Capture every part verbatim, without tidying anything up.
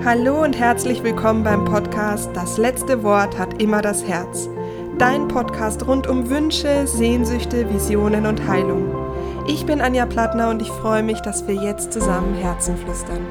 Hallo und herzlich willkommen beim Podcast Das letzte Wort hat immer das Herz. Dein Podcast rund um Wünsche, Sehnsüchte, Visionen und Heilung. Ich bin Anja Plattner und ich freue mich, dass wir jetzt zusammen Herzen flüstern.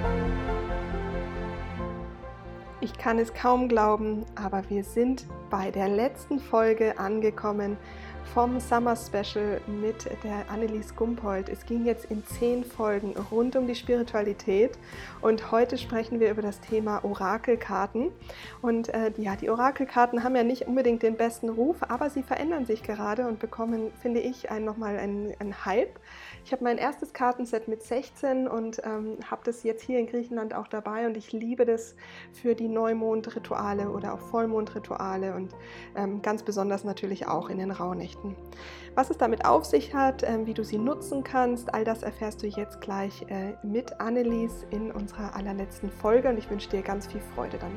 Ich kann es kaum glauben, aber wir sind bei der letzten Folge angekommen vom Summer Special mit der Annelies Gumpold. Es ging jetzt in zehn Folgen rund um die Spiritualität und heute sprechen wir über das Thema Orakelkarten. Und äh, ja, die Orakelkarten haben ja nicht unbedingt den besten Ruf, aber sie verändern sich gerade und bekommen, finde ich, ein, nochmal einen, einen Hype. Ich habe mein erstes Kartenset mit sechzehn und ähm, habe das jetzt hier in Griechenland auch dabei und ich liebe das für die Neumondrituale oder auch Vollmondrituale und ähm, ganz besonders natürlich auch in den Rauhnächten. Was es damit auf sich hat, ähm, wie du sie nutzen kannst, all das erfährst du jetzt gleich äh, mit Annelies in unserer allerletzten Folge und ich wünsche dir ganz viel Freude damit.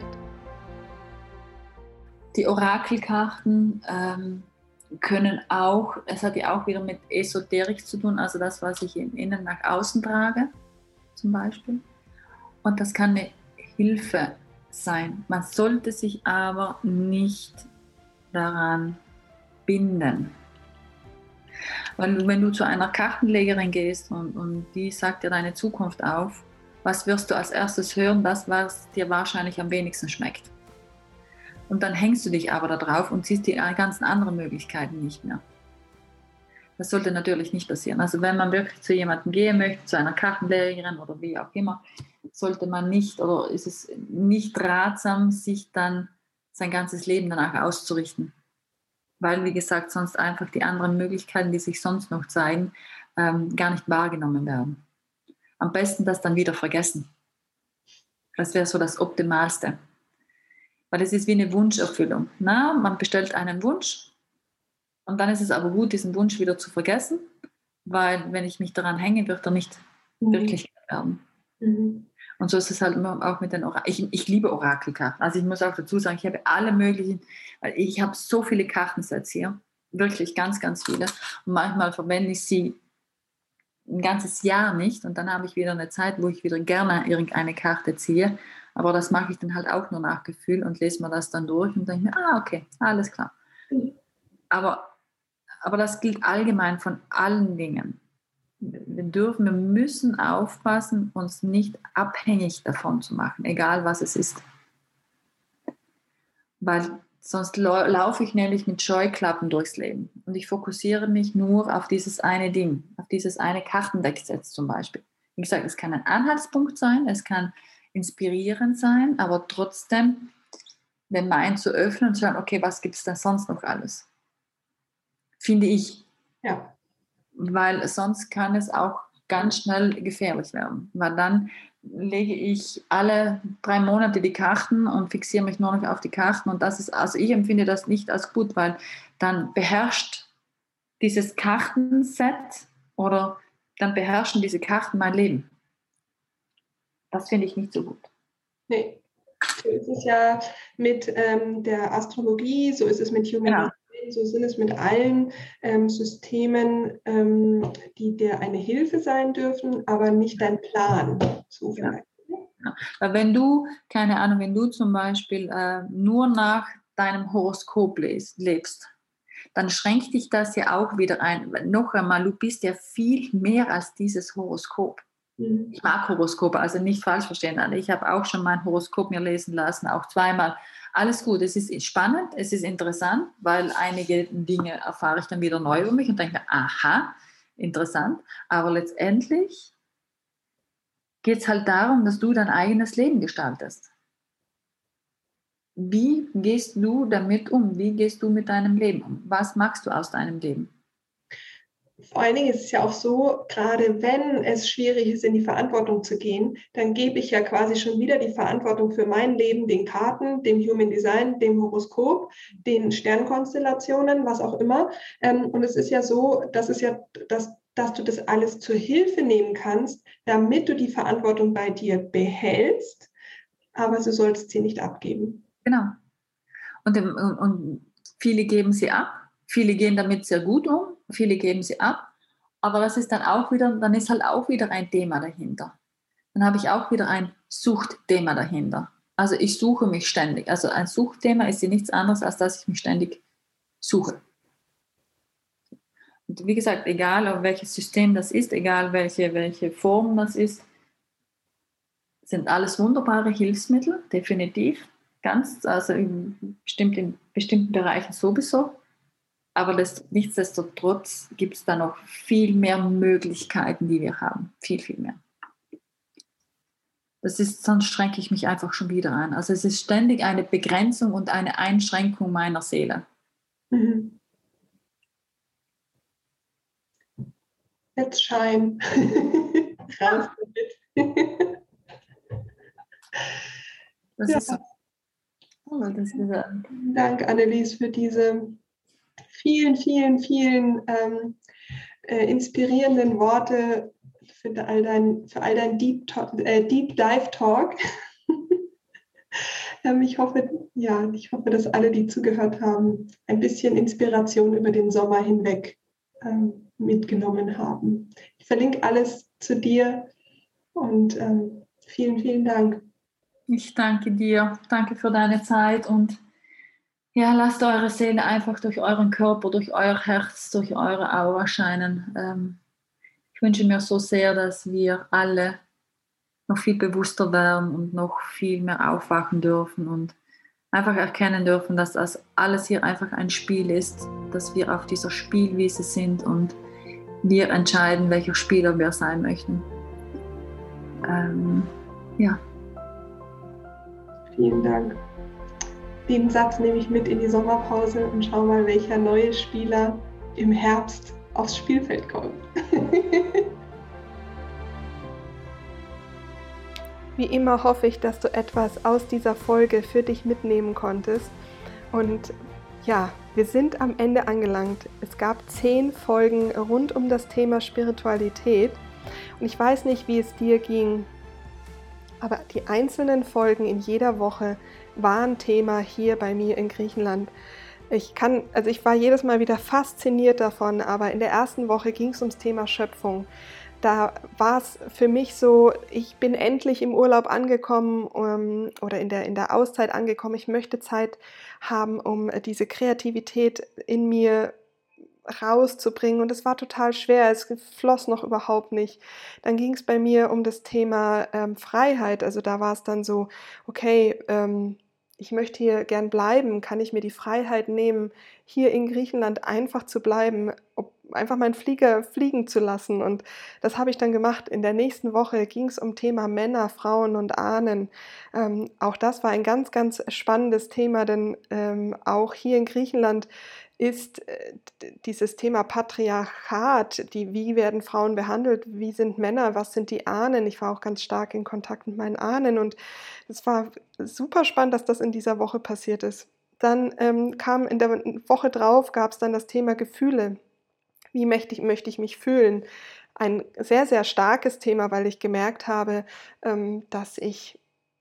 Die Orakelkarten ähm, können auch, es hat ja auch wieder mit Esoterik zu tun, also das, was ich im Innen nach außen trage, zum Beispiel. Und das kann eine Hilfe sein. Man sollte sich aber nicht daran binden. Weil wenn du zu einer Kartenlegerin gehst und, und die sagt dir deine Zukunft auf, was wirst du als erstes hören? Das, was dir wahrscheinlich am wenigsten schmeckt. Und dann hängst du dich aber da drauf und siehst die ganzen anderen Möglichkeiten nicht mehr. Das sollte natürlich nicht passieren. Also wenn man wirklich zu jemandem gehen möchte, zu einer Kartenlegerin oder wie auch immer, sollte man nicht oder ist es nicht ratsam, sich dann sein ganzes Leben danach auszurichten. Weil, wie gesagt, sonst einfach die anderen Möglichkeiten, die sich sonst noch zeigen, ähm, gar nicht wahrgenommen werden. Am besten das dann wieder vergessen. Das wäre so das Optimalste. Weil es ist wie eine Wunscherfüllung. Na, man bestellt einen Wunsch und dann ist es aber gut, diesen Wunsch wieder zu vergessen, weil wenn ich mich daran hänge, wird er nicht mhm. wirklich werden. Mhm. Und so ist es halt immer auch mit den Orakeln. Ich, ich liebe Orakelkarten. Also ich muss auch dazu sagen, ich habe alle möglichen, weil ich habe so viele Kartensets hier, wirklich ganz, ganz viele. Und manchmal verwende ich sie ein ganzes Jahr nicht und dann habe ich wieder eine Zeit, wo ich wieder gerne irgendeine Karte ziehe. Aber das mache ich dann halt auch nur nach Gefühl und lese mir das dann durch und denke mir, ah, okay, alles klar. Mhm. Aber, aber das gilt allgemein von allen Dingen. Wir dürfen, wir müssen aufpassen, uns nicht abhängig davon zu machen, egal was es ist. Weil sonst lau- laufe ich nämlich mit Scheuklappen durchs Leben und ich fokussiere mich nur auf dieses eine Ding, auf dieses eine Kartendeckset zum Beispiel. Wie gesagt, es kann ein Anhaltspunkt sein, es kann inspirierend sein, aber trotzdem den Mind zu öffnen und zu schauen, okay, was gibt es da sonst noch alles? Finde ich. Ja. Weil sonst kann es auch ganz schnell gefährlich werden. Weil dann lege ich alle drei Monate die Karten und fixiere mich nur noch auf die Karten. Und das ist, also ich empfinde das nicht als gut, weil dann beherrscht dieses Kartenset oder dann beherrschen diese Karten mein Leben. Das finde ich nicht so gut. Nee. So ist es ja mit ähm, der Astrologie, so ist es mit Human Genau. Design, so sind es mit allen ähm, Systemen, ähm, die dir eine Hilfe sein dürfen, aber nicht dein Plan. So ja. Ja. Weil wenn du, keine Ahnung, wenn du zum Beispiel äh, nur nach deinem Horoskop les- lebst, dann schränkt dich das ja auch wieder ein. Noch einmal, du bist ja viel mehr als dieses Horoskop. Mhm. Ich mag Horoskope, also nicht falsch verstehen. Ich habe auch schon mein Horoskop mir lesen lassen, auch zweimal. Alles gut, es ist spannend, es ist interessant, weil einige Dinge erfahre ich dann wieder neu über mich und denke, aha, interessant. Aber letztendlich geht es halt darum, dass du dein eigenes Leben gestaltest. Wie gehst du damit um? Wie gehst du mit deinem Leben um? Was machst du aus deinem Leben? Vor allen Dingen ist es ja auch so, gerade wenn es schwierig ist, in die Verantwortung zu gehen, dann gebe ich ja quasi schon wieder die Verantwortung für mein Leben den Karten, dem Human Design, dem Horoskop, den Sternkonstellationen, was auch immer. Und es ist ja so, dass es ja, dass, dass du das alles zur Hilfe nehmen kannst, damit du die Verantwortung bei dir behältst, aber du solltest sie nicht abgeben. Genau. Und, und, und viele geben sie ab, viele gehen damit sehr gut um, viele geben sie ab, aber das ist dann auch wieder, dann ist halt auch wieder ein Thema dahinter. dann habe ich auch wieder ein Suchtthema dahinter. Also ich suche mich ständig. Also ein Suchtthema ist ja nichts anderes, als dass ich mich ständig suche. Und wie gesagt, egal auf welches System das ist, egal welche, welche Form das ist, sind alles wunderbare Hilfsmittel, definitiv. Ganz, also in, bestimmt in bestimmten Bereichen sowieso. Aber das, nichtsdestotrotz gibt es da noch viel mehr Möglichkeiten, die wir haben. Viel, viel mehr. Das ist, sonst schränke ich mich einfach schon wieder ein. Also es ist ständig eine Begrenzung und eine Einschränkung meiner Seele. Mhm. Let's shine. Raus damit. Das Ja. ist so. Oh, das ist, äh, Vielen Dank, Annelies, für diese vielen, vielen, vielen ähm, äh, inspirierenden Worte, für all dein, für all dein Deep, äh, Deep Dive Talk. ähm, ich hoffe, ja, ich hoffe, dass alle, die zugehört haben, ein bisschen Inspiration über den Sommer hinweg ähm, mitgenommen haben. Ich verlinke alles zu dir und ähm, vielen, vielen Dank. Ich danke dir. Danke für deine Zeit und ja, lasst eure Seele einfach durch euren Körper, durch euer Herz, durch eure Aura scheinen. Ähm, ich wünsche mir so sehr, dass wir alle noch viel bewusster werden und noch viel mehr aufwachen dürfen und einfach erkennen dürfen, dass das alles hier einfach ein Spiel ist, dass wir auf dieser Spielwiese sind und wir entscheiden, welcher Spieler wir sein möchten. Ähm, ja. Vielen Dank. Den Satz nehme ich mit in die Sommerpause und schau mal, welcher neue Spieler im Herbst aufs Spielfeld kommt. Wie immer hoffe ich, dass du etwas aus dieser Folge für dich mitnehmen konntest. Und ja, wir sind am Ende angelangt. Es gab zehn Folgen rund um das Thema Spiritualität. Und ich weiß nicht, wie es dir ging, aber die einzelnen Folgen in jeder Woche waren Thema hier bei mir in Griechenland. Ich kann, also ich war jedes Mal wieder fasziniert davon, aber in der ersten Woche ging es ums Thema Schöpfung. Da war es für mich so, ich bin endlich im Urlaub angekommen um, oder in der, in der Auszeit angekommen. Ich möchte Zeit haben, um diese Kreativität in mir rauszubringen, und es war total schwer, es floss noch überhaupt nicht. Dann ging es bei mir um das Thema ähm, Freiheit, also da war es dann so, okay, ähm, ich möchte hier gern bleiben, kann ich mir die Freiheit nehmen, hier in Griechenland einfach zu bleiben, ob, einfach meinen Flieger fliegen zu lassen, und das habe ich dann gemacht. In der nächsten Woche ging es um Thema Männer, Frauen und Ahnen. Ähm, auch das war ein ganz, ganz spannendes Thema, denn ähm, auch hier in Griechenland ist äh, dieses Thema Patriarchat, die, wie werden Frauen behandelt, wie sind Männer, was sind die Ahnen. Ich war auch ganz stark in Kontakt mit meinen Ahnen, und es war super spannend, dass das in dieser Woche passiert ist. Dann ähm, kam in der Woche drauf, gab es dann das Thema Gefühle. Wie möchte ich, möchte ich mich fühlen? Ein sehr, sehr starkes Thema, weil ich gemerkt habe, ähm, dass ich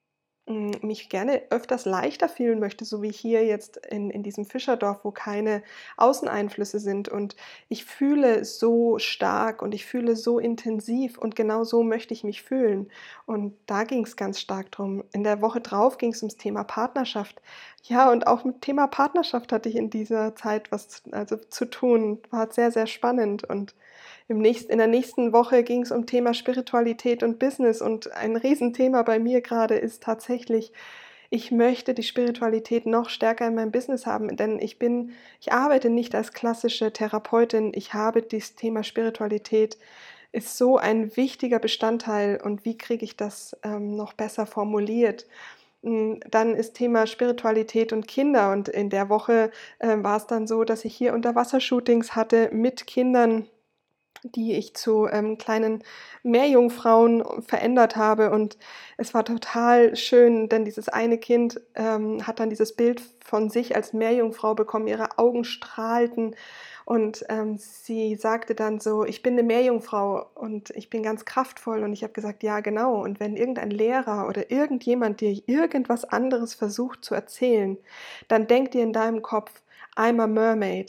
mich gerne öfters leichter fühlen möchte, so wie hier jetzt in, in diesem Fischerdorf, wo keine Außeneinflüsse sind. Und ich fühle so stark und ich fühle so intensiv, und genau so möchte ich mich fühlen. Und da ging es ganz stark drum. In der Woche drauf ging es ums Thema Partnerschaft. Ja, und auch mit Thema Partnerschaft hatte ich in dieser Zeit was also zu tun. War sehr, sehr spannend. Und im nächsten, in der nächsten Woche ging es um Thema Spiritualität und Business, und ein Riesenthema bei mir gerade ist tatsächlich, ich möchte die Spiritualität noch stärker in meinem Business haben, denn ich bin, ich arbeite nicht als klassische Therapeutin, ich habe das Thema Spiritualität, ist so ein wichtiger Bestandteil, und wie kriege ich das ähm, noch besser formuliert? Dann ist Thema Spiritualität und Kinder, und in der Woche äh, war es dann so, dass ich hier Unterwassershootings hatte mit Kindern, die ich zu ähm, kleinen Meerjungfrauen verändert habe, und es war total schön, denn dieses eine Kind ähm, hat dann dieses Bild von sich als Meerjungfrau bekommen, ihre Augen strahlten, und ähm, sie sagte dann so, ich bin eine Meerjungfrau und ich bin ganz kraftvoll, und ich habe gesagt, ja genau, und wenn irgendein Lehrer oder irgendjemand dir irgendwas anderes versucht zu erzählen, dann denk dir in deinem Kopf, I'm a mermaid.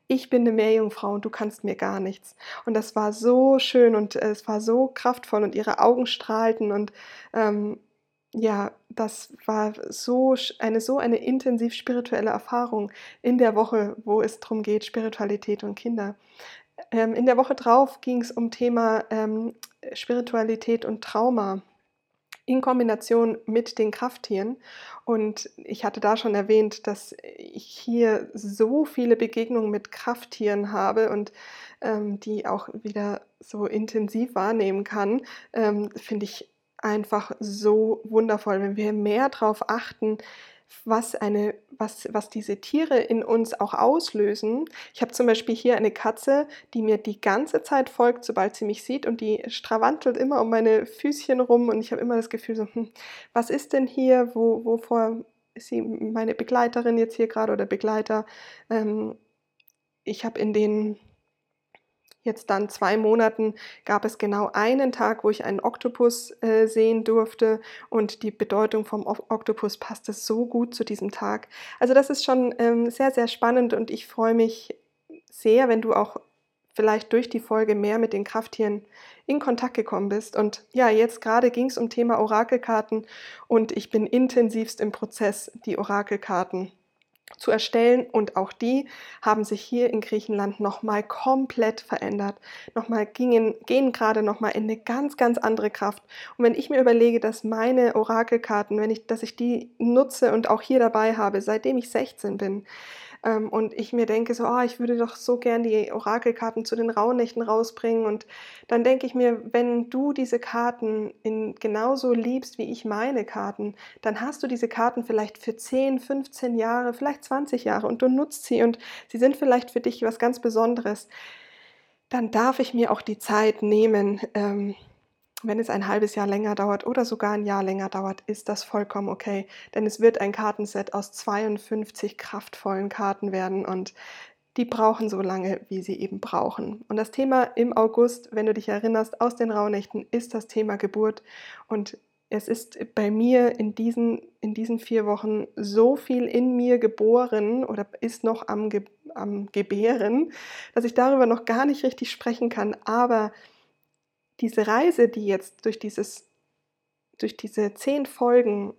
ich bin eine Meerjungfrau und du kannst mir gar nichts. Und das war so schön und äh, es war so kraftvoll und ihre Augen strahlten und ähm, ja, das war so sch- eine so eine intensiv spirituelle Erfahrung in der Woche, wo es darum geht, Spiritualität und Kinder. Ähm, in der Woche drauf ging es um Thema ähm, Spiritualität und Trauma in Kombination mit den Krafttieren. Und ich hatte da schon erwähnt, dass ich hier so viele Begegnungen mit Krafttieren habe und ähm, die auch wieder so intensiv wahrnehmen kann, ähm, finde ich einfach so wundervoll, wenn wir mehr darauf achten, was, eine, was, was diese Tiere in uns auch auslösen. Ich habe zum Beispiel hier eine Katze, die mir die ganze Zeit folgt, sobald sie mich sieht und die strawantelt immer um meine Füßchen rum und ich habe immer das Gefühl so, hm, was ist denn hier, wo, wovor ist sie meine Begleiterin jetzt hier gerade oder Begleiter? Ähm, ich habe in den jetzt dann zwei Monaten gab es genau einen Tag, wo ich einen Oktopus äh, sehen durfte und die Bedeutung vom O- Oktopus passte so gut zu diesem Tag. Also das ist schon ähm, sehr, sehr spannend und ich freue mich sehr, wenn du auch vielleicht durch die Folge mehr mit den Krafttieren in Kontakt gekommen bist. Und ja, jetzt gerade ging es um Thema Orakelkarten und ich bin intensivst im Prozess, die Orakelkarten zu erstellen und auch die haben sich hier in Griechenland nochmal komplett verändert, nochmal gingen, gehen gerade nochmal in eine ganz, ganz andere Kraft. Und wenn ich mir überlege, dass meine Orakelkarten, wenn ich, dass ich die nutze und auch hier dabei habe, seitdem ich sechzehn bin, ähm, und ich mir denke so, oh, ich würde doch so gern die Orakelkarten zu den Rauhnächten rausbringen. Und dann denke ich mir, wenn du diese Karten in, genauso liebst wie ich meine Karten, dann hast du diese Karten vielleicht für zehn, fünfzehn Jahre, vielleicht zwanzig Jahre und du nutzt sie und sie sind vielleicht für dich was ganz Besonderes. Dann darf ich mir auch die Zeit nehmen, ähm, wenn es ein halbes Jahr länger dauert oder sogar ein Jahr länger dauert, ist das vollkommen okay. Denn es wird ein Kartenset aus zweiundfünfzig kraftvollen Karten werden und die brauchen so lange, wie sie eben brauchen. Und das Thema im August, wenn du dich erinnerst, aus den Rauhnächten, ist das Thema Geburt. Und es ist bei mir in diesen, in diesen vier Wochen so viel in mir geboren oder ist noch am, Ge am Gebären, dass ich darüber noch gar nicht richtig sprechen kann. Aber diese Reise, die jetzt durch dieses, durch diese zehn Folgen,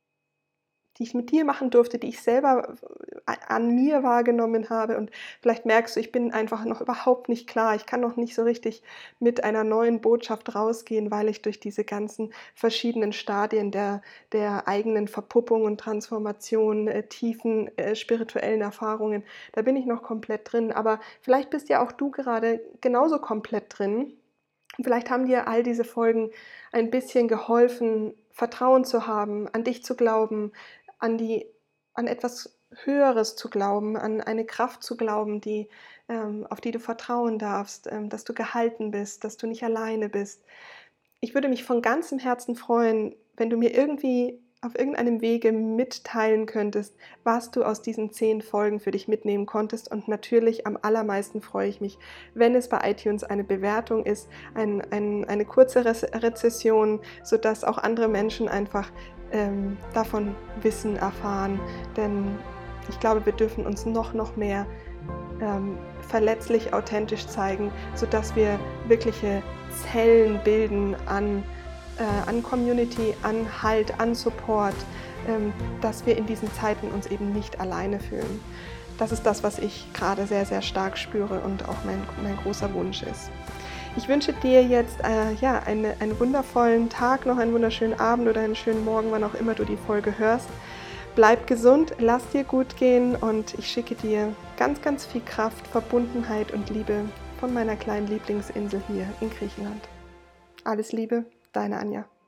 die ich mit dir machen durfte, die ich selber an mir wahrgenommen habe und vielleicht merkst du, ich bin einfach noch überhaupt nicht klar, ich kann noch nicht so richtig mit einer neuen Botschaft rausgehen, weil ich durch diese ganzen verschiedenen Stadien der, der eigenen Verpuppung und Transformation, äh, tiefen äh, spirituellen Erfahrungen, da bin ich noch komplett drin, aber vielleicht bist ja auch du gerade genauso komplett drin. Vielleicht haben dir all diese Folgen ein bisschen geholfen, Vertrauen zu haben, an dich zu glauben, an, die, an etwas Höheres zu glauben, an eine Kraft zu glauben, die, ähm, auf die du vertrauen darfst, ähm, dass du gehalten bist, dass du nicht alleine bist. Ich würde mich von ganzem Herzen freuen, wenn du mir irgendwie auf irgendeinem Wege mitteilen könntest, was du aus diesen zehn Folgen für dich mitnehmen konntest. Und natürlich am allermeisten freue ich mich, wenn es bei iTunes eine Bewertung ist, ein, ein, eine kurze Rezession, sodass auch andere Menschen einfach ähm, davon Wissen erfahren. Denn ich glaube, wir dürfen uns noch, noch mehr ähm, verletzlich, authentisch zeigen, sodass wir wirkliche Zellen bilden an Äh, an Community, an Halt, an Support, ähm, dass wir in diesen Zeiten uns eben nicht alleine fühlen. Das ist das, was ich gerade sehr, sehr stark spüre und auch mein, mein großer Wunsch ist. Ich wünsche dir jetzt äh, ja, eine, einen wundervollen Tag, noch einen wunderschönen Abend oder einen schönen Morgen, wann auch immer du die Folge hörst. Bleib gesund, lass dir gut gehen und ich schicke dir ganz, ganz viel Kraft, Verbundenheit und Liebe von meiner kleinen Lieblingsinsel hier in Griechenland. Alles Liebe. Deine Anja.